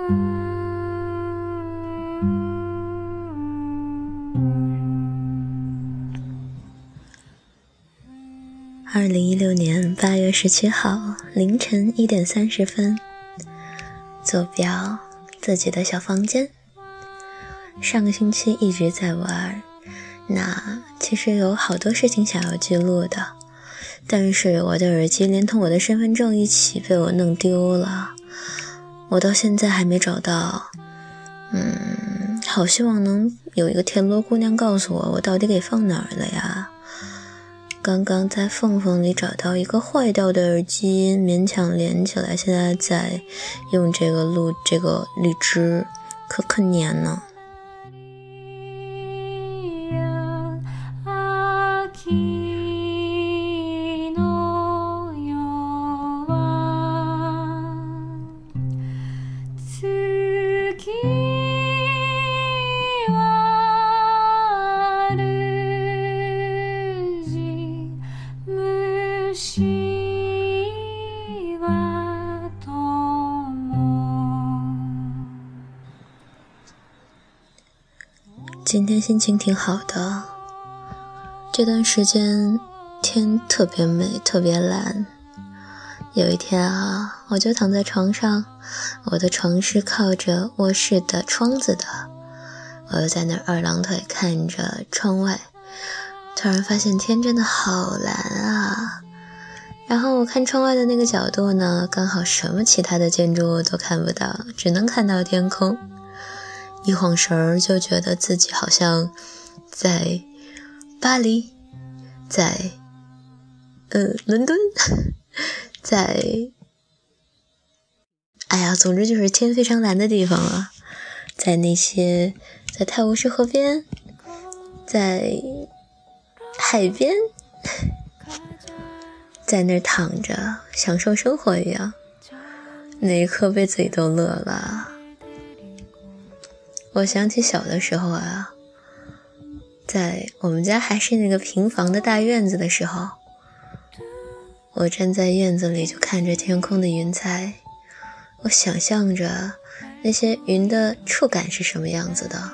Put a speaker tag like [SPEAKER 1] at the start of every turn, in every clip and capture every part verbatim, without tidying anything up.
[SPEAKER 1] 二零一六年八月十七号凌晨一点三十分，坐标自己的小房间。上个星期一直在玩，那其实有好多事情想要记录的，但是我的耳机连同我的身份证一起被我弄丢了，我到现在还没找到。嗯，好希望能有一个田螺姑娘告诉我，我到底给放哪儿了呀？刚刚在缝缝里找到一个坏掉的耳机，勉强连起来，现在在用这个录这个荔枝，可可黏呢。今天心情挺好的，这段时间天特别美，特别蓝。有一天啊，我就躺在床上，我的床是靠着卧室的窗子的，我就在那儿二郎腿看着窗外，突然发现天真的好蓝啊。然后我看窗外的那个角度呢，刚好什么其他的建筑物都看不到，只能看到天空。一晃神儿就觉得自己好像在巴黎，在呃伦敦，在哎呀总之就是天非常蓝的地方了，在那些在泰晤士河边，在海边，在那儿躺着享受生活一样，那一刻被自己都乐了。我想起小的时候啊，在我们家还是那个平房的大院子的时候，我站在院子里就看着天空的云彩，我想象着那些云的触感是什么样子的。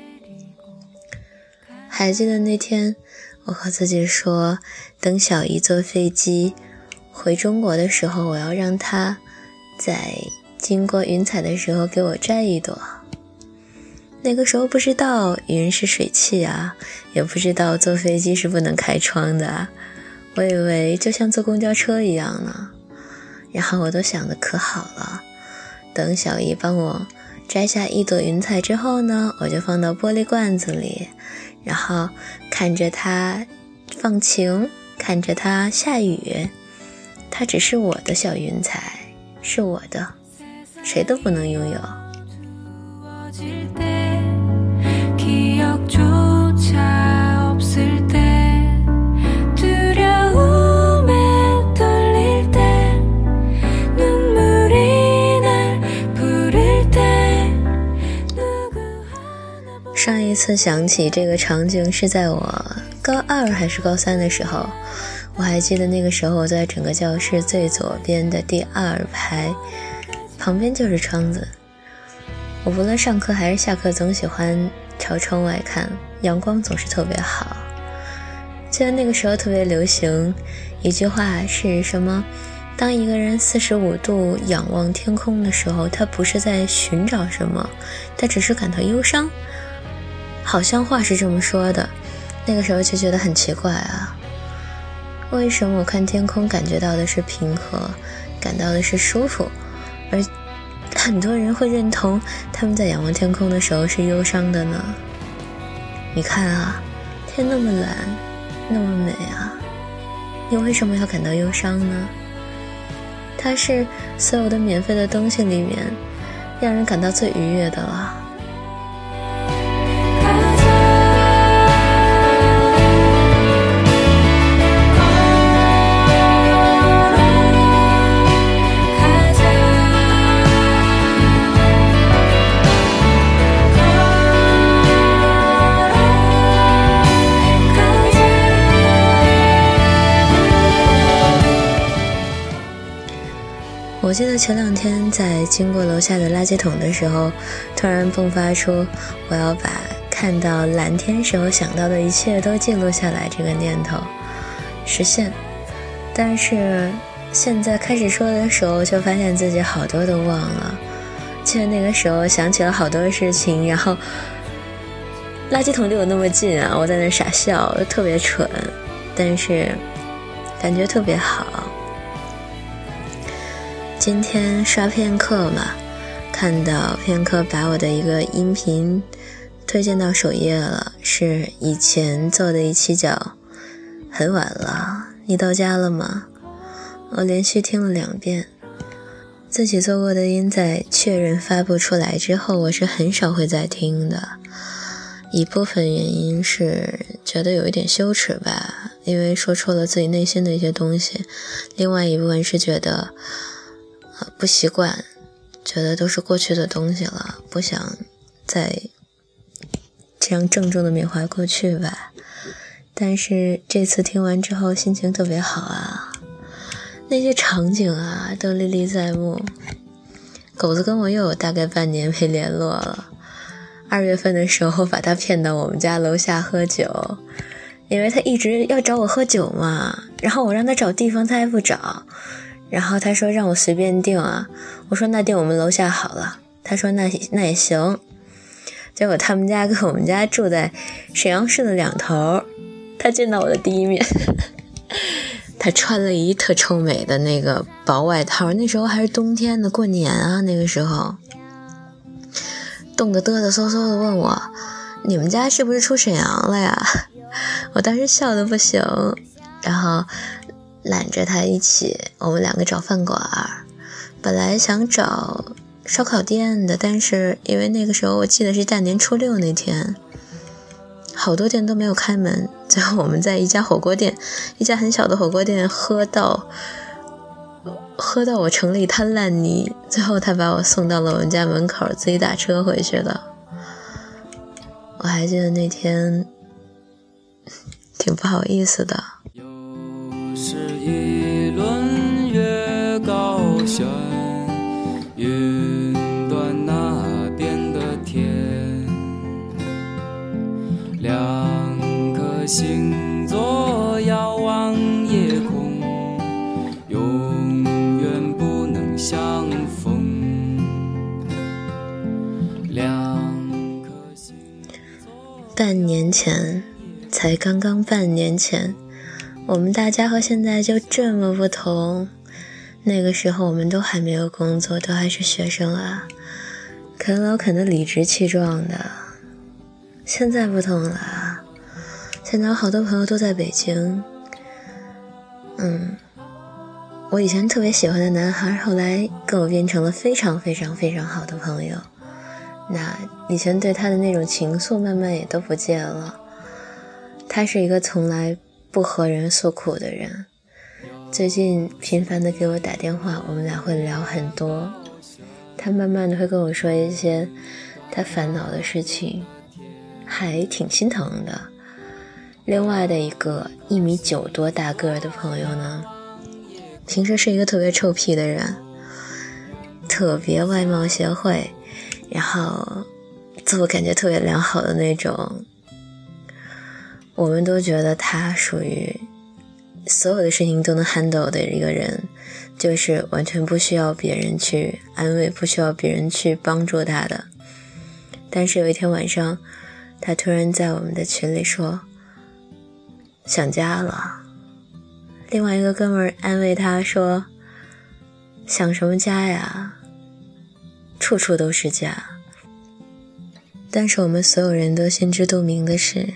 [SPEAKER 1] 还记得那天我和自己说，等小姨坐飞机回中国的时候，我要让她在经过云彩的时候给我摘一朵。那个时候不知道云是水汽啊，也不知道坐飞机是不能开窗的啊，我以为就像坐公交车一样呢。然后我都想得可好了，等小姨帮我摘下一朵云彩之后呢，我就放到玻璃罐子里，然后看着它放晴，看着它下雨，它只是我的小云彩，是我的，谁都不能拥有。上一次想起这个场景是在我高二还是高三的时候，我还记得那个时候我在整个教室最左边的第二排，旁边就是窗子，我无论上课还是下课总喜欢朝窗外看，阳光总是特别好。记得那个时候特别流行一句话是什么，当一个人四十五度仰望天空的时候，他不是在寻找什么，他只是感到忧伤。好像话是这么说的，那个时候就觉得很奇怪啊，为什么我看天空感觉到的是平和，感到的是舒服，而很多人会认同他们在仰望天空的时候是忧伤的呢？你看啊，天那么蓝，那么美啊，你为什么要感到忧伤呢？它是所有的免费的东西里面让人感到最愉悦的了。我记得前两天在经过楼下的垃圾桶的时候，突然迸发出我要把看到蓝天时候想到的一切都记录下来这个念头实现。但是现在开始说的时候，就发现自己好多都忘了。记得那个时候想起了好多事情，然后垃圾桶离我那么近啊，我在那傻笑，特别蠢，但是感觉特别好。今天刷片刻嘛，看到片刻把我的一个音频推荐到首页了，是以前做的一期叫很晚了，你到家了吗？我连续听了两遍。自己做过的音在确认发布出来之后，我是很少会再听的。一部分原因是觉得有一点羞耻吧，因为说出了自己内心的一些东西。另外一部分是觉得呃，不习惯，觉得都是过去的东西了，不想再这样郑重的缅怀过去吧。但是这次听完之后心情特别好啊，那些场景啊都历历在目。狗子跟我又有大概半年没联络了，二月份的时候把他骗到我们家楼下喝酒，因为他一直要找我喝酒嘛，然后我让他找地方他还不找，然后他说让我随便订啊，我说那订我们楼下好了，他说那那也行。结果他们家跟我们家住在沈阳市的两头，他见到我的第一面他穿了一特臭美的那个薄外套，那时候还是冬天的，过年啊，那个时候冻得嘚嘚嗖嗖的问我你们家是不是出沈阳了呀？我当时笑得不行，然后揽着他一起我们两个找饭馆，本来想找烧烤店的，但是因为那个时候我记得是大年初六那天，好多店都没有开门，最后我们在一家火锅店，一家很小的火锅店喝到喝到我城里滩烂泥，最后他把我送到了我们家门口，自己打车回去的。我还记得那天挺不好意思的。
[SPEAKER 2] 又是一轮月高悬，云端那边的天，两颗星座遥望夜空，永远不能相逢。两颗星座
[SPEAKER 1] 半年前，才刚刚半年前，我们大家和现在就这么不同。那个时候我们都还没有工作，都还是学生啊，啃老啃得理直气壮的。现在不同了，现在有好多朋友都在北京。嗯，我以前特别喜欢的男孩，后来跟我变成了非常非常非常好的朋友。那以前对他的那种情愫慢慢也都不见了。他是一个从来不和人诉苦的人，最近频繁的给我打电话，我们俩会聊很多，他慢慢的会跟我说一些他烦恼的事情，还挺心疼的。另外的一个一米九多大个的朋友呢，平时是一个特别臭屁的人，特别外貌协会，然后自我感觉特别良好的那种。我们都觉得他属于所有的事情都能 handle 的一个人，就是完全不需要别人去安慰，不需要别人去帮助他的。但是有一天晚上，他突然在我们的群里说想家了。另外一个哥们儿安慰他说想什么家呀，处处都是家。但是我们所有人都心知肚明的是，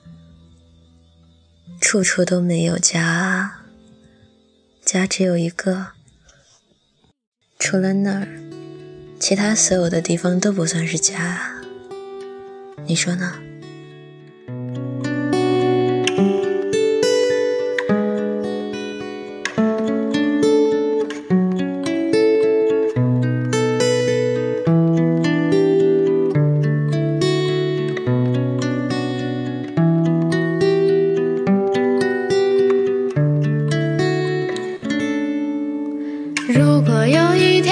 [SPEAKER 1] 处处都没有家，家只有一个，除了那儿，其他所有的地方都不算是家。你说呢？
[SPEAKER 3] 如果有一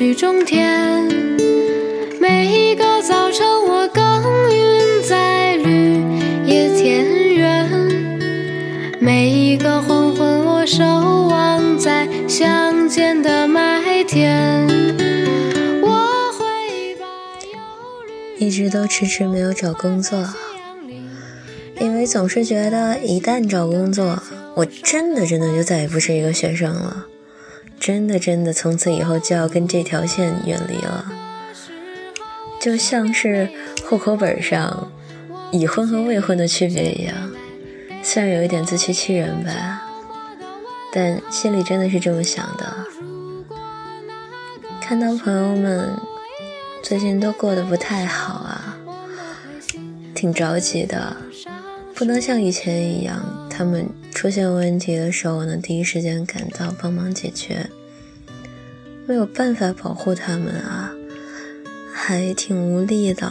[SPEAKER 3] 去种田。每一个早晨我耕耘在绿野田园，每一个黄昏我守望在乡间的麦田。我会把忧虑
[SPEAKER 1] 一直都迟迟没有找工作，因为总是觉得一旦找工作，我真的真的就再也不是一个学生了，真的真的从此以后就要跟这条线远离了。就像是户口本上已婚和未婚的区别一样，虽然有一点自欺欺人吧，但心里真的是这么想的。看到朋友们最近都过得不太好啊，挺着急的，不能像以前一样，他们出现问题的时候呢，第一时间赶到帮忙解决，没有办法保护他们啊，还挺无力的。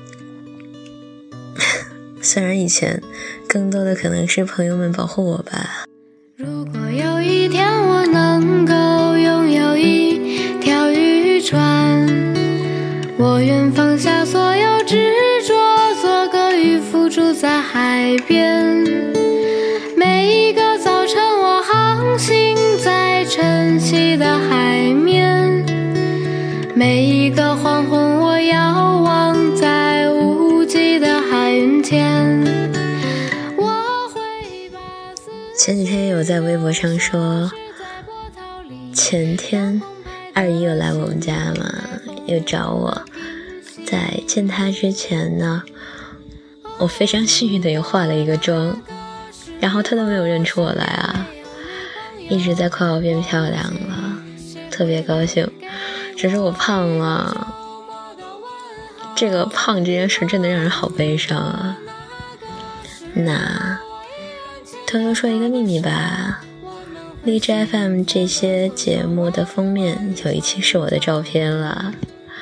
[SPEAKER 1] 虽然以前更多的可能是朋友们保护我吧。
[SPEAKER 3] 如果有一天我能够拥有一条渔船，我愿放下所有执着，做个渔夫住在海边。每一个早晨我航行在晨曦的海面，每一个黄昏我遥望在无际的海云间。我会把自己
[SPEAKER 1] 前几天有在微博上说，前天二姨有来我们家嘛，又找我，在见她之前呢，我非常幸运的又化了一个妆，然后她都没有认出我来啊，一直在夸我变漂亮了，特别高兴。只是我胖了，这个胖这件事真的让人好悲伤啊。那偷偷说一个秘密吧，荔枝 F M 这些节目的封面有一期是我的照片了，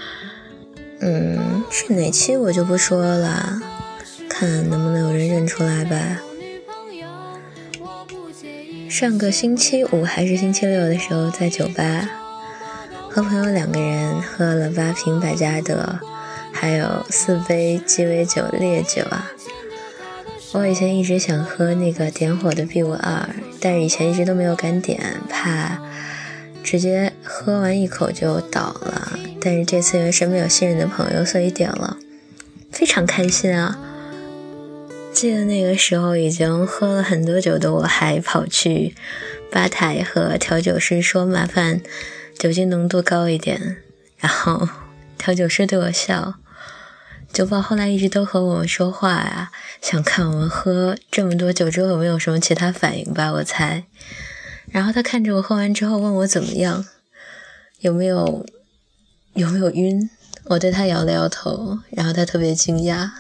[SPEAKER 1] 嗯，是哪期我就不说了，看能不能有人认出来吧。上个星期五还是星期六的时候，在酒吧和朋友两个人喝了八瓶百加得，还有四杯鸡尾酒烈酒啊。我以前一直想喝那个点火的 B 五十二，但是以前一直都没有敢点，怕直接喝完一口就倒了。但是这次因为身边有信任的朋友，所以点了，非常开心啊。记得那个时候已经喝了很多酒的我，还跑去吧台和调酒师说麻烦酒精浓度高一点，然后调酒师对我笑。酒保后来一直都和我们说话呀，想看我们喝这么多酒之后有没有什么其他反应吧，我猜。然后他看着我喝完之后问我怎么样，有没有有没有晕，我对他摇了摇头，然后他特别惊讶。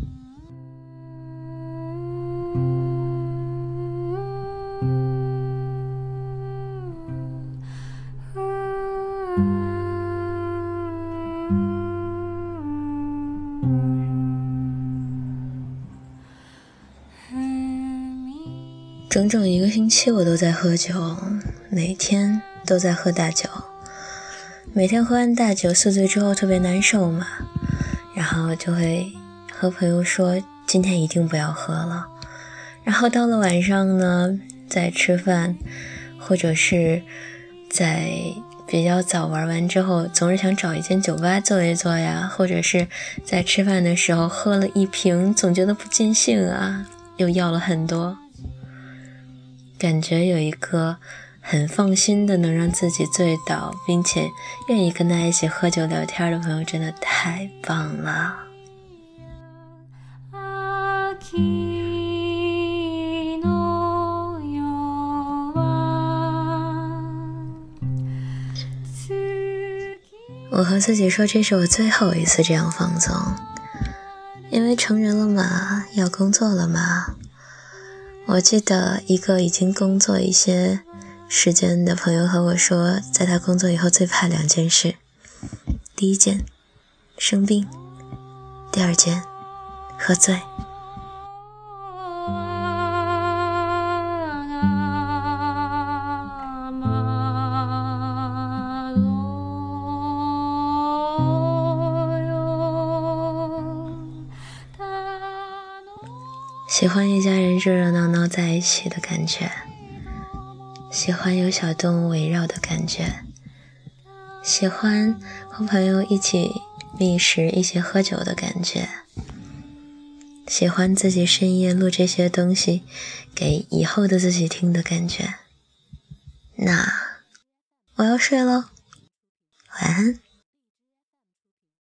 [SPEAKER 1] 整整一个星期我都在喝酒，每天都在喝大酒，每天喝完大酒宿醉之后特别难受嘛，然后就会和朋友说今天一定不要喝了，然后到了晚上呢，在吃饭或者是在比较早玩完之后，总是想找一间酒吧坐一坐呀，或者是在吃饭的时候喝了一瓶总觉得不尽兴啊，又要了很多，感觉有一个很放心的能让自己醉倒并且愿意跟他一起喝酒聊天的朋友真的太棒了。我和自己说这是我最后一次这样放纵，因为成人了嘛，要工作了嘛。我记得一个已经工作一些时间的朋友和我说，在他工作以后最怕两件事，第一件生病，第二件喝醉。 喜欢一家人热热闹闹在一起的感觉，喜欢有小动物围绕的感觉，喜欢和朋友一起觅食一起喝酒的感觉，喜欢自己深夜录这些东西给以后的自己听的感觉。那我要睡了，晚安。